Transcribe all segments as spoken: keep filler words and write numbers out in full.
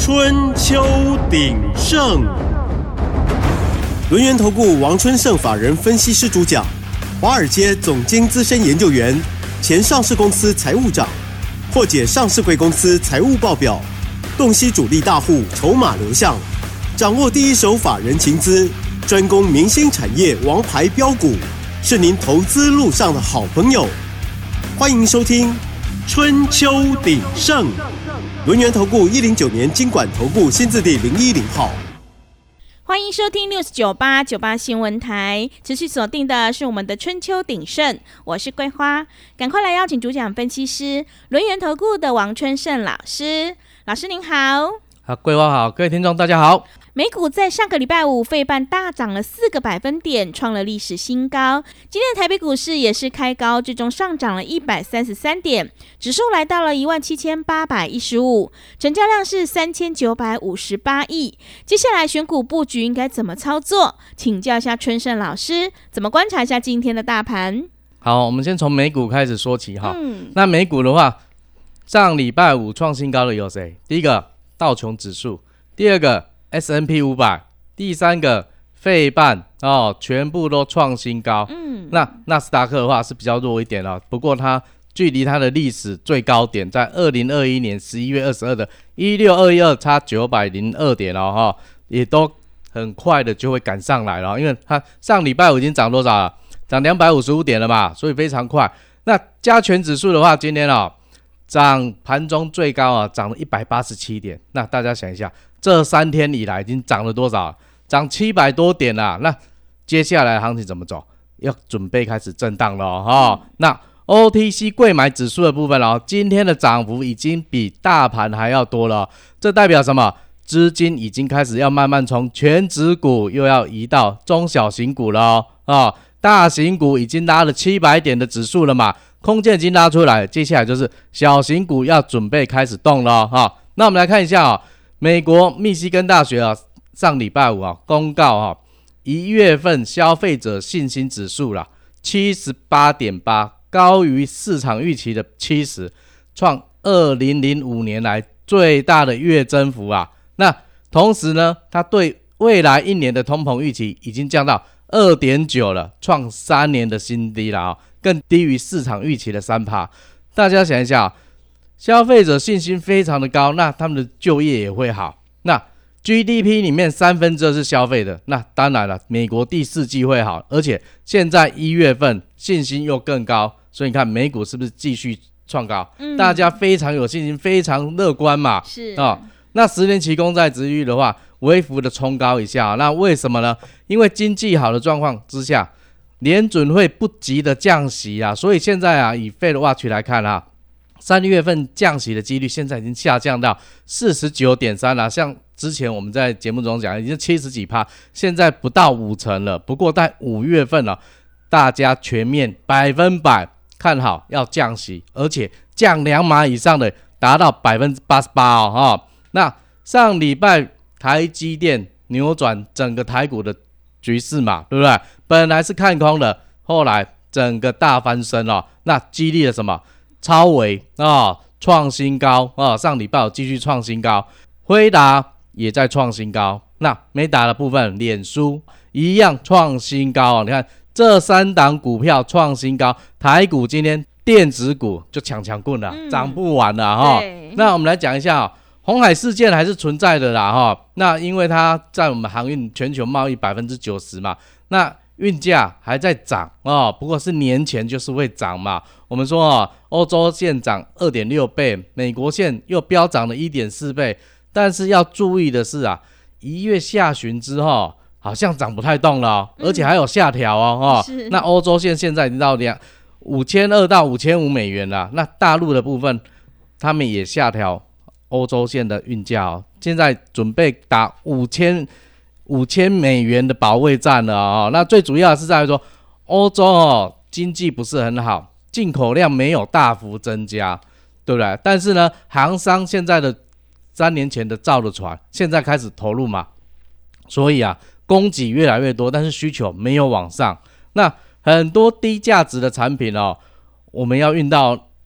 春秋鼎盛。轮源投顾王春盛法人分析师主讲，华尔街总经资深研究员，前上市公司财务长，或解上市贵公司财务报表，洞悉主力大户筹码流向，掌握第一手法人情资，专攻明星产业王牌标股，是您投资路上的好朋友。欢迎收听春秋鼎盛。轮源投顾一零九年金管投顾新字第零一零号。 欢迎收听六四九八九八新闻台，持续锁定的是我们的春秋鼎盛，我是桂花，赶快来邀请主讲分析师轮源投顾的王春盛老师。老师您好。 好，桂花好，各位听众大家好。 美股在上个礼拜五费半大涨了四个百分点，创了历史新高。今天的台北股市也是开高，最终上涨了一百三十三点，指数来到了一万七千八百一十五，成交量是三千九百五十八亿。接下来选股布局应该怎么操作？请教一下春盛老师，怎么观察一下今天的大盘？ 好，我们先从美股开始说起哈。嗯，那美股的话，上礼拜五创新高的有谁？第一个道琼指数，第二个S and P 五百， 第三个费半哦，全部都创新高。嗯，那纳斯达克的话是比较弱一点哦，不过它距离它的历史最高点在二零二一年十一月二十二的一六二一二差九百零二点哦，哈，也都很快的就会赶上来了，因为它上礼拜五已经涨多少了？涨两百五十五点了嘛，所以非常快。那加权指数的话，今天哦涨盘中最高啊，涨了一百八十七点。那大家想一下，这三天以来已经涨了多少？涨七百多点了。那接下来行情怎么走？要准备开始震荡了哦。嗯、那 O T C 柜买指数的部分哦，今天的涨幅已经比大盘还要多了。这代表什么？资金已经开始要慢慢从全指股又要移到中小型股了哦。哦大型股已经拉了七百点的指数了嘛，空间已经拉出来，接下来就是小型股要准备开始动了哈、哦。那我们来看一下啊、哦，美国密西根大学啊，上礼拜五啊公告啊，一月份消费者信心指数啦 七十八点八， 高于市场预期的七十，创二零零五年来最大的月增幅啊。那同时呢，它对未来一年的通膨预期已经降到 二点九 了，创三年的新低了、哦、更低于市场预期的 百分之三。 大家想一下、哦、消费者信心非常的高，那他们的就业也会好。那 G D P 里面三分之二是消费的，那当然了，美国第四季会好，而且现在一月份信心又更高，所以你看美股是不是继续创高、嗯、大家非常有信心，非常乐观嘛。 是、 哦、那十年期公债殖利率的话微幅的冲高一下，那为什么呢？因为经济好的状况之下，联准会不急的降息啊，所以现在啊，以 Fed Watch 来看啊，三月份降息的几率现在已经下降到 百分之四十九点三 了，像之前我们在节目中讲已经七十几%，现在不到五成了。不过在五月份啊，大家全面百分百看好要降息，而且降两码以上的达到 百分之八十八 哦, 哦那上礼拜台积电扭转整个台股的局势嘛，对不对？本来是看空的，后来整个大翻身哦，那激励了什么？超微啊，创、哦、新高啊、哦，上礼拜有继续创新高，辉达也在创新高，那没打的部分，脸书一样创新高、哦、你看这三档股票创新高，台股今天电子股就抢抢棍了，涨、嗯、不完了哈、哦。那我们来讲一下、哦。鸿海事件还是存在的啦哈，那因为它在我们航运全球贸易 百分之九十 嘛，那运价还在涨哦，不过是年前就是会涨嘛。我们说哦，欧洲线涨 二点六倍，美国线又飙涨了 一点四倍，但是要注意的是啊，一月下旬之后好像涨不太动了、哦嗯、而且还有下调哦，哦那欧洲线现在已经到五千二到五千五美元了，那大陆的部分他们也下调欧洲线的运价哦，现在准备打五千五千美元的保卫战了哦。那最主要的是在于说，欧洲哦经济不是很好，进口量没有大幅增加，对不对？但是呢，航商现在的三年前的造的船，现在开始投入嘛，所以啊，供给越来越多，但是需求没有往上。那很多低价值的产品哦，我们要运到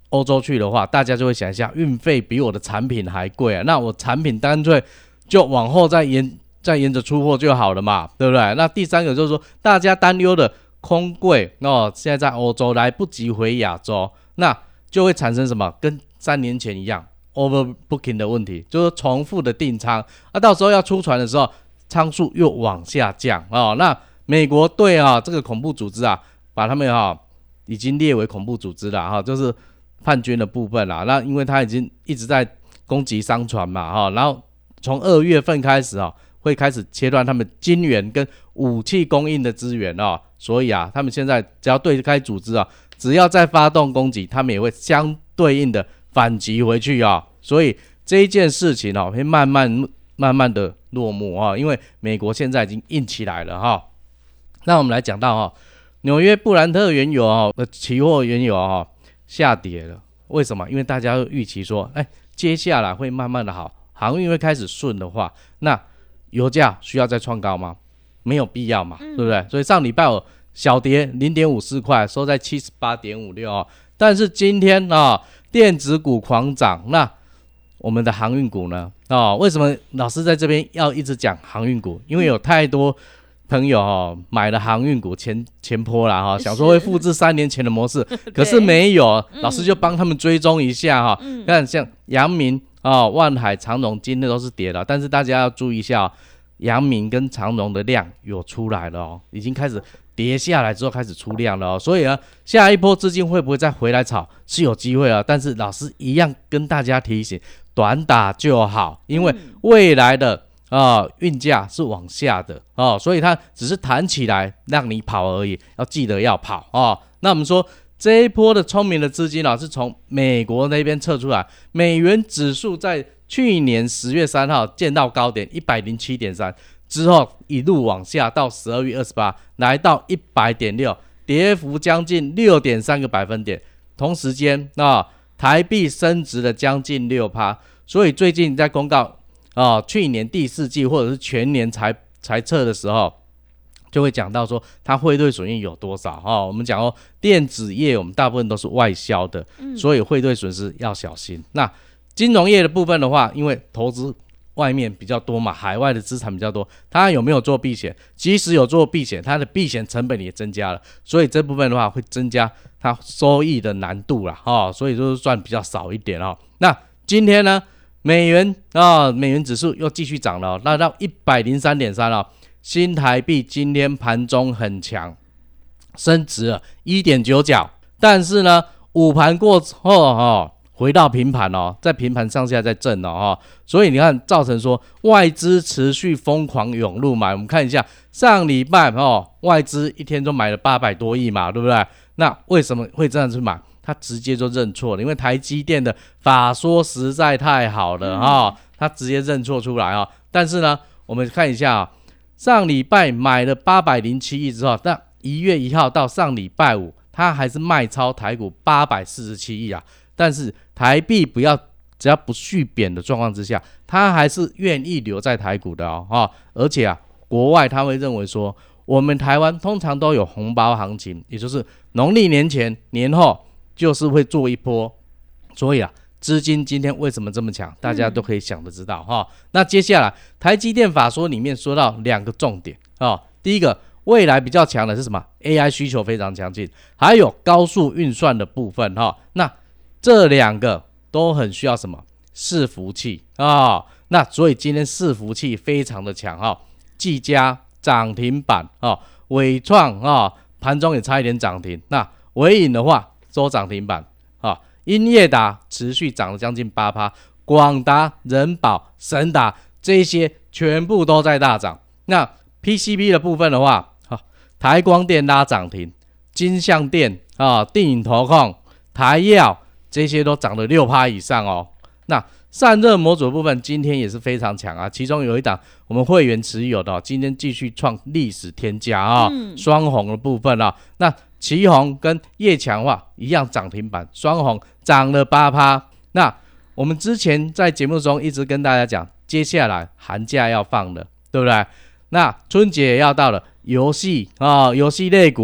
欧洲去的话，大家就会想一下，运费比我的产品还贵啊，那我产品干脆就往后再沿再沿着出货就好了嘛，对不对？那第三个就是说，大家担忧的空柜哦，现在在欧洲来不及回亚洲，那就会产生什么？跟三年前一样 overbooking 的问题，就是重复的订仓，啊，到时候要出船的时候，仓数又往下降哦。那美国对啊这个恐怖组织啊，把他们啊已经列为恐怖组织了哈，就是叛军的部分啦。那因为他已经一直在攻击商船嘛哈，然后从二月份开始啊，会开始切断他们金援跟武器供应的资源哦。所以啊，他们现在只要对开组织啊，只要再发动攻击，他们也会相对应的反击回去啊。所以这一件事情哦，会慢慢慢慢的落幕啊，因为美国现在已经硬起来了哈。那我们来讲到哈，纽约布兰特原油啊的期货原油啊下跌了，为什么？因为大家预期说，哎，接下来会慢慢的好，航运会开始顺的话，那油价需要再创高吗？没有必要嘛，嗯、对不对？所以上礼拜有小跌 零点五四 块，收在 七十八点五六、哦、但是今天啊、哦，电子股狂涨，那我们的航运股呢？哦，为什么老师在这边要一直讲航运股？因为有太多朋友哦买了航运股前前波啦哈、哦，想说会复制三年前的模式，可是没有，老师就帮他们追踪一下哈、哦。嗯、看像阳明啊、哦、万海、长荣今天都是跌了，但是大家要注意一下、哦。阳明跟长荣的量有出来了哦，已经开始跌下来之后开始出量了哦，所以呢，下一波资金会不会再回来炒是有机会啊，但是老师一样跟大家提醒，短打就好，因为未来的啊、呃、运价是往下的哦，所以它只是弹起来让你跑而已，要记得要跑哦。那我们说这一波的聪明的资金啊，是从美国那边撤出来，美元指数在去年十月三号见到高点 一百零七点三 之后一路往下到十二月二十八来到 一百点六， 跌幅将近 六点三 个百分点。同时间、啊、台币升值了将近 百分之六， 所以最近在公告、啊、去年第四季或者是全年财财测的时候就会讲到说它汇兑损益有多少、哦、我们讲哦，电子业我们大部分都是外销的、嗯、所以汇兑损失要小心。那金融业的部分的话，因为投资外面比较多嘛，海外的资产比较多，它有没有做避险？即使有做避险，它的避险成本也增加了，所以这部分的话会增加它收益的难度啦、哦、所以就是赚比较少一点哦。那今天呢，美元啊、哦，美元指数又继续涨了、哦，那到 一百零三点三 了。新台币今天盘中很强，升值了 一点九角，但是呢，午盘过后哦。回到平盘哦，在平盘上下在震哦，哦所以你看造成说外资持续疯狂涌入买，我们看一下上礼拜哦，外资一天都买了八百多亿嘛，对不对？那为什么会这样子买？他直接就认错了，因为台积电的法说实在太好了哈、哦，他直接认错出来啊、哦。但是呢，我们看一下啊、哦，上礼拜买了八百零七亿之后，那一月一号到上礼拜五，他还是卖超台股八百四十七亿啊。但是台币不要只要不续贬的状况之下，他还是愿意留在台股的哦，哦而且啊，国外他会认为说，我们台湾通常都有红包行情，也就是农历年前年后就是会做一波，所以啊，资金今天为什么这么强，大家都可以想得知道哈、嗯哦。那接下来台积电法说里面说到两个重点哦，第一个未来比较强的是什么 ？A I 需求非常强劲，还有高速运算的部分哈、哦。那这两个都很需要什么伺服器啊、哦？那所以今天伺服器非常的强哈、哦，技嘉涨停板啊，伟创啊盘中也差一点涨停，那伟影的话收涨停板啊，英业达持续涨了将近 百分之八， 广达、仁宝、神达这些全部都在大涨。那 P C B 的部分的话，啊、台光电拉涨停，金像电啊、定影投控、台耀。这些都涨了 百分之六 以上哦。那散热模组的部分今天也是非常强啊，其中有一档我们会员持有的、哦、今天继续创历史天价啊、哦嗯，双红的部分啊、哦，那奇宏跟叶强化一样涨停板，双红涨了 百分之八。那我们之前在节目中一直跟大家讲，接下来寒假要放了，对不对？那春节也要到了，游戏啊，游戏类股、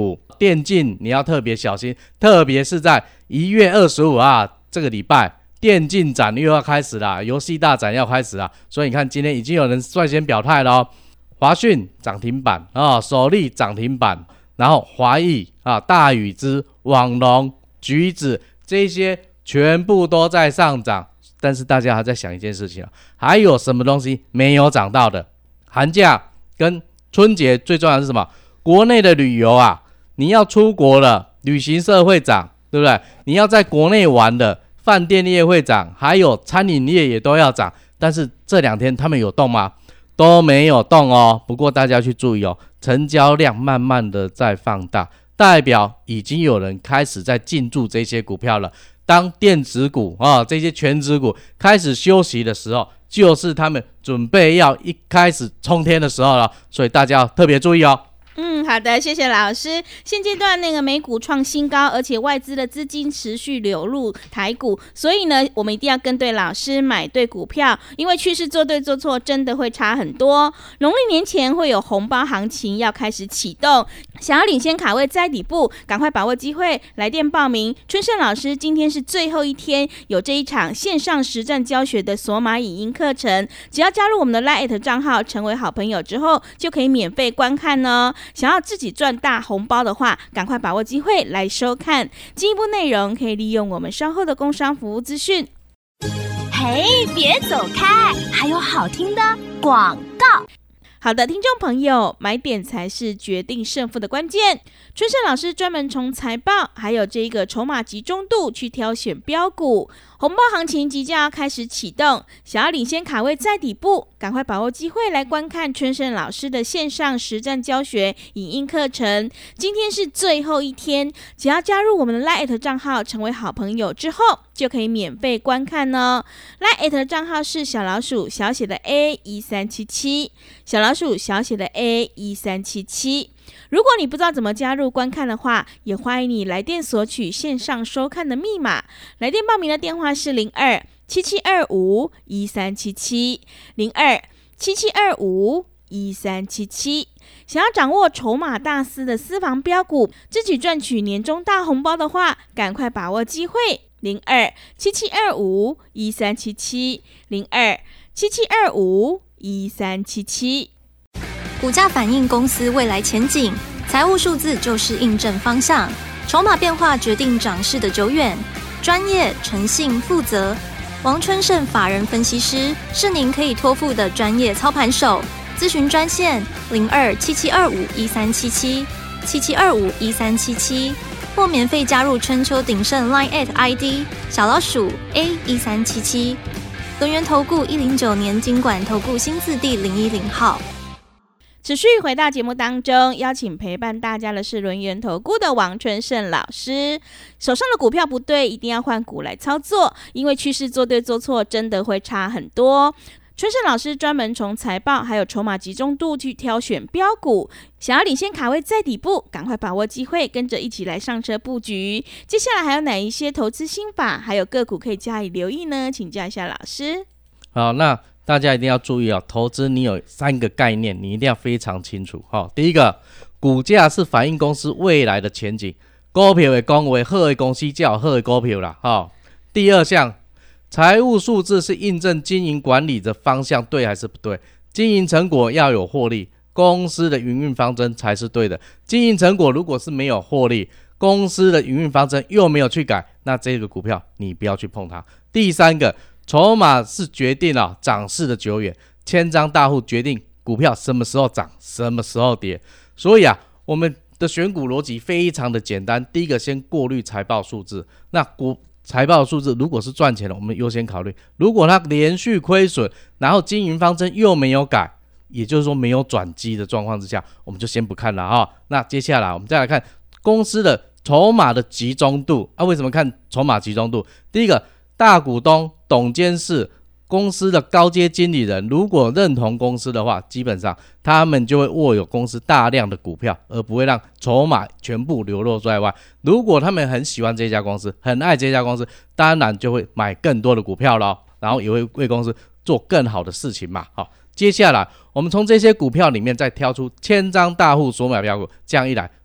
电竞你要特别小心，特别是在一月二十五啊这个礼拜，电竞展又要开始了，游戏大展要开始了，所以你看今天已经有人率先表态了哦。华讯涨停板啊，首例涨停板，然后华裔啊、大宇之、网龙、橘子这些全部都在上涨。但是大家还在想一件事情啊，还有什么东西没有涨到的？寒假跟春节最重要的是什么？国内的旅游啊，你要出国了，旅行社会涨，对不对？你要在国内玩的，饭店业会涨，还有餐饮业也都要涨。但是这两天他们有动吗？都没有动哦。不过大家去注意哦，成交量慢慢的在放大，代表已经有人开始在进驻这些股票了。当电子股啊、哦、这些全指股开始休息的时候，就是他们准备要一开始冲天的时候了，所以大家要特别注意哦。 嗯，好的，谢谢老师。现阶段那个美股创新高，而且外资的资金持续流入台股，所以呢，我们一定要跟对老师，买对股票，因为趋势做对做错真的会差很多。农历年前会有红包行情要开始启动，想要领先卡位在底部，赶快把握机会，来电报名。春盛老师今天是最后一天，有这一场线上实战教学的索马影音课程，只要加入我们的 LINE 账号，成为好朋友之后，就可以免费观看哦。想要自己赚大红包的话，赶快把握机会来收看。进一步内容可以利用我们稍后的工商服务资讯。 嘿，别走开，还有好听的广告。 好的，听众朋友，买点才是决定胜负的关键。春盛老师专门从财报还有这个筹码集中度去挑选标股，红包行情即将要开始启动，想要领先卡位在底部，赶快把握机会来观看春盛老师的线上实战教学影音课程。今天是最后一天，只要加入我们的 LINE 账号，成为好朋友之后，就可以免费观看哦。LINE 的账号是小老鼠小写的 A 一三七七， 小老鼠小写的 A 一三七七。如果你不知道怎么加入观看的话，也欢迎你来电索取线上收看的密码。来电报名的电话是零二七七二五一三七七 零二七七二五一三七七。想要掌握筹码大师的私房标股，自己赚取年终大红包的话，赶快把握机会。零二七七二五一三七七 零二七七二五一三七七。 股价反映公司未来前景，财务数字就是印证方向，筹码变化决定涨势的久远。专业、诚信、负责，王春盛法人分析师是您可以托付的专业操盘手。咨询专线零二七七二五一三七七 七七二五一三七七，或免费加入春秋鼎盛 LINE I D 小老鼠 A 一三七七。轮源投顾一零九年金管投顾新字第零一零号。 持续回到节目当中，邀请陪伴大家的是轮源投顾的王春盛老师。手上的股票不对，一定要换股来操作，因为趋势做对做错真的会差很多。春盛老师专门从财报还有筹码集中度去挑选标股，想要领先卡位在底部，赶快把握机会，跟着一起来上车布局。接下来还有哪一些投资心法还有个股可以加以留意呢？请教一下老师。 好，那大家一定要注意哦，投资你有三个概念，你一定要非常清楚。哦、第一个，股价是反映公司未来的前景，股票的讲话，好的公司才有好的股票啦。哦、第二项，财务数字是印证经营管理的方向对还是不对，经营成果要有获利，公司的营运方针才是对的。经营成果如果是没有获利，公司的营运方针又没有去改，那这个股票你不要去碰它。第三个，筹码是决定了涨势的久远，千张大户决定股票什么时候涨，什么时候跌。所以啊，我们的选股逻辑非常的简单。第一个，先过滤财报数字。那股财报数字如果是赚钱的，我们优先考虑；如果它连续亏损，然后经营方针又没有改，也就是说没有转机的状况之下，我们就先不看了哈、哦。那接下来我们再来看公司的筹码的集中度啊。为什么看筹码集中度？第一个，大股东、董监事、公司的高阶经理人，如果认同公司的话，基本上他们就会握有公司大量的股票，而不会让筹码全部流落在外。如果他们很喜欢这家公司，很爱这家公司，当然就会买更多的股票咯，然后也会为公司做更好的事情嘛。好，接下来我们从这些股票里面再挑出千张大户所买标股，这样一来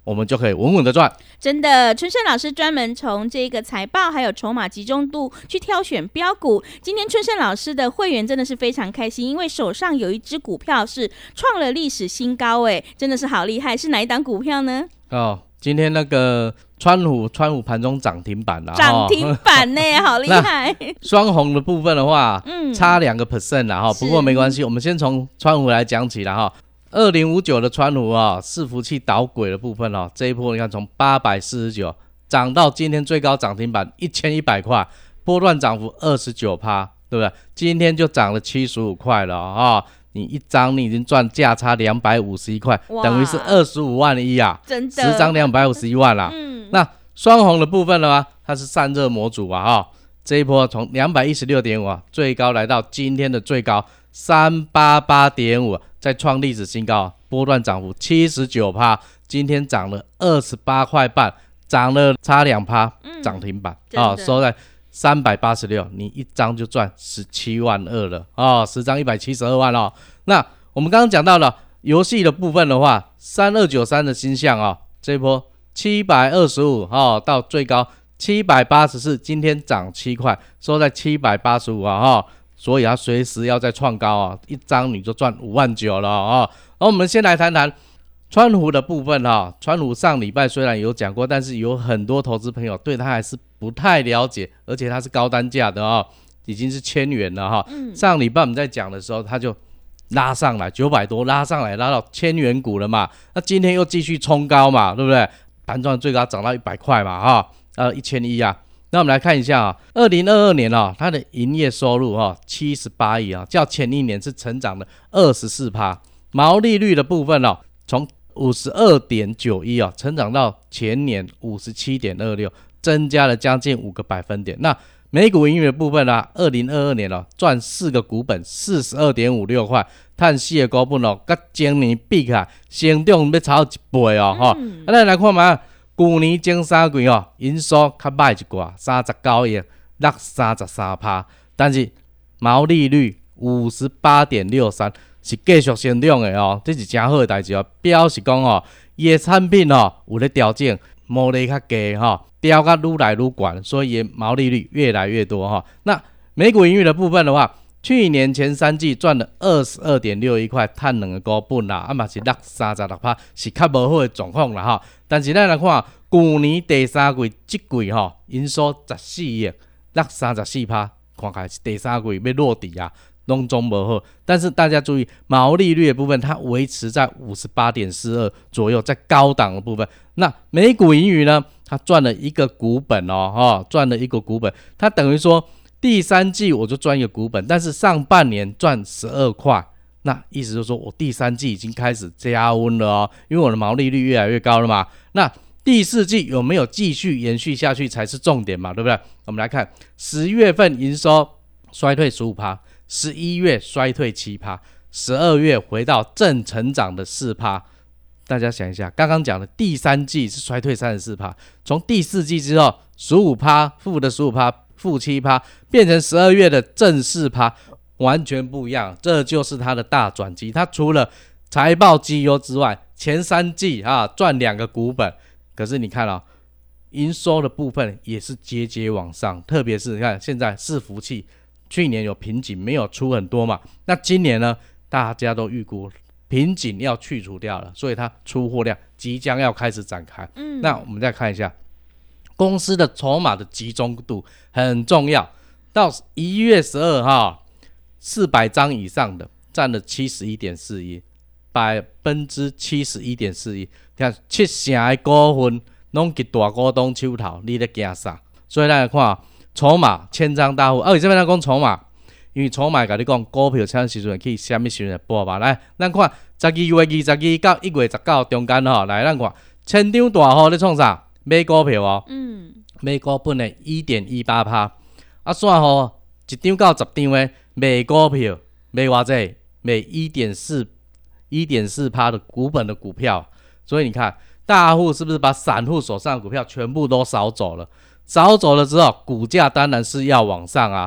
我们就可以稳稳的赚。 真的，春盛老师专门从这个财报还有筹码集中度去挑选标股。今天春盛老师的会员真的是非常开心，因为手上有一只股票是创了历史新高，哎，真的是好厉害。是哪一档股票呢？ 哦，今天那个川湖川湖盘中涨停板啦， 涨停板呢，好厉害。 双红的部分的话， 嗯， 差两个 percent 啦哈，不过没关系，我们先从川湖来讲起啦哈。二零五九的川湖啊，伺服器导轨的部分哦，这一波你看从八百四十九涨到今天最高涨停板一千一百块，波段涨幅 百分之二十九， 对不对？今天就涨了七十五块了啊、哦！你一张你已经赚价差两百五十一块，等于是二十五万一啊， 真的， 十张两百五十一万啦。嗯，那双红的部分的话，它是散热模组啊，哈、哦，这一波从 两百一十六点五 啊，最高来到今天的最高 三百八十八点五， 再创历史新高，波段涨幅 百分之七十九， 今天涨了二十八块半，涨了差 百分之二 涨停板啊、嗯哦，收在三百八十六，你一张就赚十七万二了哦，十张一百七十二万哦。那我们刚刚讲到了游戏的部分的话，三二九三的星象哦，这一波七百二十五哦，到最高七百八十四，今天涨七块，收在七百八十五啊哈、哦，所以它随时要再创高啊，一张你就赚五万九了啊、哦。然后我们先来谈谈川湖的部分哈、哦，川湖上礼拜虽然有讲过，但是有很多投资朋友对它还是不太了解，而且它是高单价的哦，已经是千元了哈、哦嗯。上礼拜我们在讲的时候，它就拉上来九百多，拉上来拉到千元股了嘛。那今天又继续冲高嘛，对不对？盘中最高涨到一百块嘛，哈、哦，呃一千一啊。那我们来看一下啊，二零二二年啊、哦，它的营业收入哈七十八亿啊，较前一年是成长了 百分之二十四， 毛利率的部分哦，从五十二点九一 哦，成长到前年 五十七点二六， 增加了将近五个百分点。那每股盈余的部分啊，二零二二年哦，赚四个股本 四十二点五六块，碳息的股本哦，跟前年比起来，成长要超一倍哦，哈、嗯。那、啊、咱来看嘛，去年前三季哦，营收较歹一寡，三十九亿，落三十三%，但是毛利率 五十八点六三。是继续成长的哦，这是真好的代志哦。表示讲哦，伊的产品哦有咧调整，毛利较低哈，调甲愈来愈悬，所以毛利率越来越多哈、哦。那每股盈余的部分的话，去年前三季赚了 二十二点六一块，赚两个股本啦，啊嘛是落 三十六%， 是较无好的状况啦哈。但是咱来看，去年第三季这季哈，营收十四亿，落 三十四%， 看起来是第三季要落地啊。拢总不好，但是大家注意毛利率的部分，它维持在 五十八点四二 左右，在高档的部分。那每股盈余呢，它赚了一个股本哦，哦赚了一个股本，它等于说第三季我就赚一个股本，但是上半年赚十二块，那意思就是说我第三季已经开始加温了哦，因为我的毛利率越来越高了嘛。那第四季有没有继续延续下去才是重点嘛，对不对？我们来看十月份营收衰退 百分之十五，十一月衰退 百分之七， 十二月回到正成长的 百分之四。 大家想一下，刚刚讲的第三季是衰退 百分之三十四， 从第四季之后 百分之十五， 负的 百分之十五， 负 百分之七， 变成十二月的正 百分之四， 完全不一样，这就是它的大转机。它除了财报绩优之外，前三季啊赚两个股本，可是你看啊，营收的部分也是节节往上，特别是你看现在伺服器去年有瓶颈，没有出很多嘛，那今年呢，大家都预估瓶颈要去除掉了，所以它出货量即将要开始展开。嗯，那我们再看一下公司的筹码的集中度很重要，到一月十二号四百张以上的占了 七十一点四一， 百分之七十一点四一， 看七成的股份拢给大股东手头，你在惊啥？所以咱来看筹码千张大户，啊，为什么咱讲筹码？因为筹码甲你讲股票啥时阵去，什么时阵播吧。来，咱看十二月二十二到一月十九中间吼，来咱看千张大户咧创啥？买股票哦，嗯，买股本的 一点一八%， 啊，算吼一张到十张的买股票，买偌济？买 一点四 一点四 %的股本的股票，所以你看大户是不是把散户手上的股票全部都扫走了？扫走了之后，股价当然是要往上啊。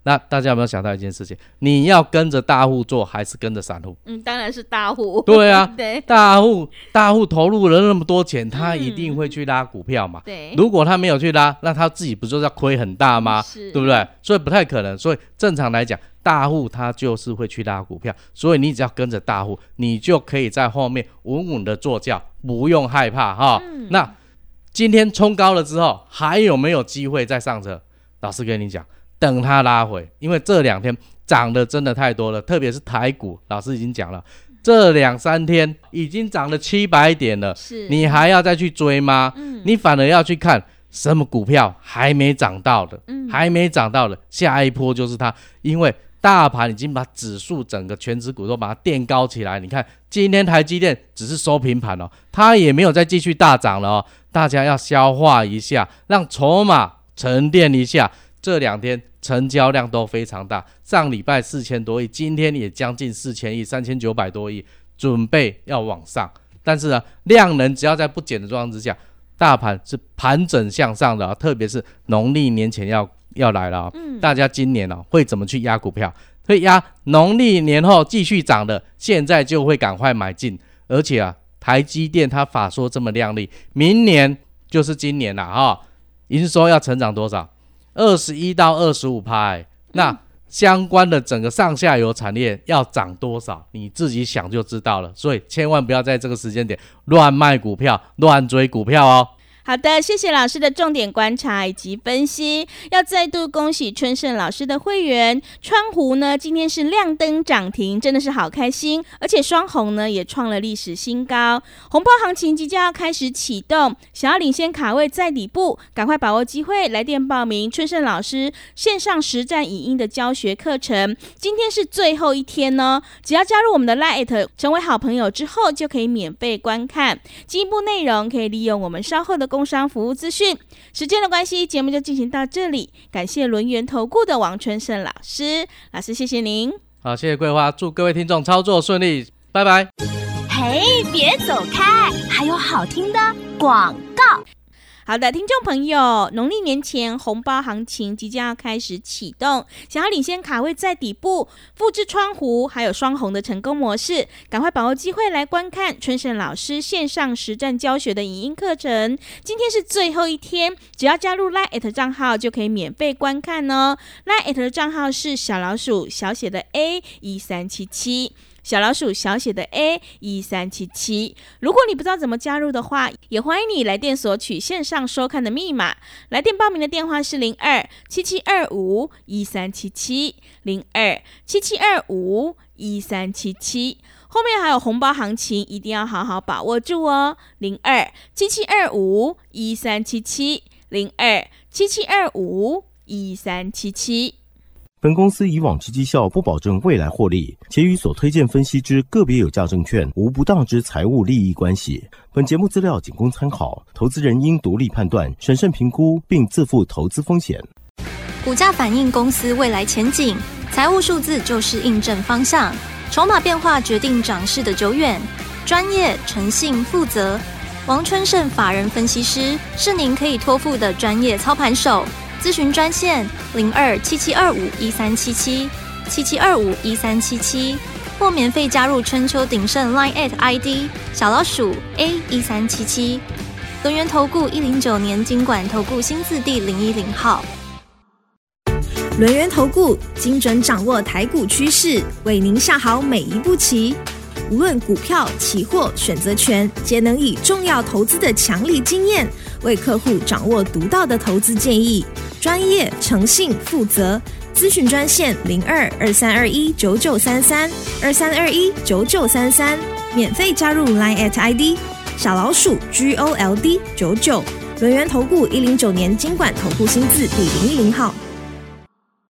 那大家有没有想到一件事情？你要跟着大户做还是跟着散户？ 嗯，当然是大户。 对啊， 对， 大户大户投入了那么多钱，他一定会去拉股票嘛。 对， 如果他没有去拉，那他自己不就是要亏很大吗？对不对？所以不太可能。所以正常来讲，大户他就是会去拉股票，所以你只要跟着大户，你就可以在后面稳稳的坐轿，不用害怕哈。嗯、那今天冲高了之后，还有没有机会再上车？老师跟你讲，等它拉回，因为这两天涨的真的太多了，特别是台股，老师已经讲了，这两三天已经涨了七百点了，你还要再去追吗？嗯、你反而要去看什么股票还没涨到的，嗯、还没涨到的，下一波就是它，因为大盘已经把指数整个全指股都把它垫高起来。你看今天台积电只是收平盘哦，它也没有再继续大涨了哦，大家要消化一下，让筹码沉淀一下。这两天成交量都非常大，上礼拜四千多亿，今天也将近四千亿，三千九百多亿，准备要往上。但是呢，量能只要在不减的状况之下，大盘是盘整向上的、哦、特别是农历年前要要来了、哦嗯、大家今年、哦、会怎么去压股票？会压农历年后继续涨的，现在就会赶快买进。而且啊，台积电它法说这么亮丽，明年就是今年啦、哦、营收要成长多少？二十一到二十五%，那相关的整个上下游产业要涨多少，你自己想就知道了。所以千万不要在这个时间点乱卖股票、乱追股票哦。 好的，谢谢老师的重点观察以及分析。要再度恭喜春盛老师的会员川湖呢，今天是亮灯涨停，真的是好开心。而且双红呢也创了历史新高，红包行情即将要开始启动，想要领先卡位在底部，赶快把握机会，来电报名春盛老师线上实战影音的教学课程。今天是最后一天呢，只要加入我们的 LINE 成为好朋友之后，就可以免费观看进一步内容，可以利用我们稍后的工商服务资讯。时间的关系，节目就进行到这里，感谢轮源投顾的王春盛老师，老师谢谢您。 好，谢谢桂花，祝各位听众操作顺利，拜拜。 嘿，别走开，还有好听的广告。 好的，听众朋友，农历年前红包行情即将要开始启动，想要领先卡位在底部，复制川湖还有双红的成功模式，赶快把握机会来观看春盛老师线上实战教学的影音课程。今天是最后一天，只要加入 LINE@ 账号就可以免费观看哦。LINE@ 的账号是小老鼠小写的 A 一三七七。小老鼠小写的 A 一三七七，如果你不知道怎么加入的话，也欢迎你来电索取线上收看的密码。来电报名的电话是零二七七二五一三七七 零二七七二五一三七七。后面还有红包行情，一定要好好把握住哦。零二七七二五一三七七 零二七七二五一三七七。 本公司以往之绩效不保证未来获利，且与所推荐分析之个别有价证券无不当之财务利益关系。本节目资料仅供参考，投资人应独立判断、审慎评估，并自负投资风险。 股价反映公司未来前景，财务数字就是印证方向，筹码变化决定涨势的久远。专业、诚信、负责，王春盛法人分析师是您可以托付的专业操盘手。咨询专线零二七七二五一三七七 七七二五一三七七，或免费加入春秋鼎盛 LINE@ I D 小老鼠 A 一三七七。轮源投顾一零九年金管投顾新字第零一零号。 轮源投顾精准掌握台股趋势，为您下好每一步棋。无论股票、期货、选择权，皆能以重要投资的强力经验，为客户掌握独到的投资建议。专业、诚信、负责，咨询专线零二二三二一九九三三 二三二一九九三三，免费加入 LINE@ I D 小老鼠 G O L D 九九。轮源投顾一零九年金管投顾新字第零一零号。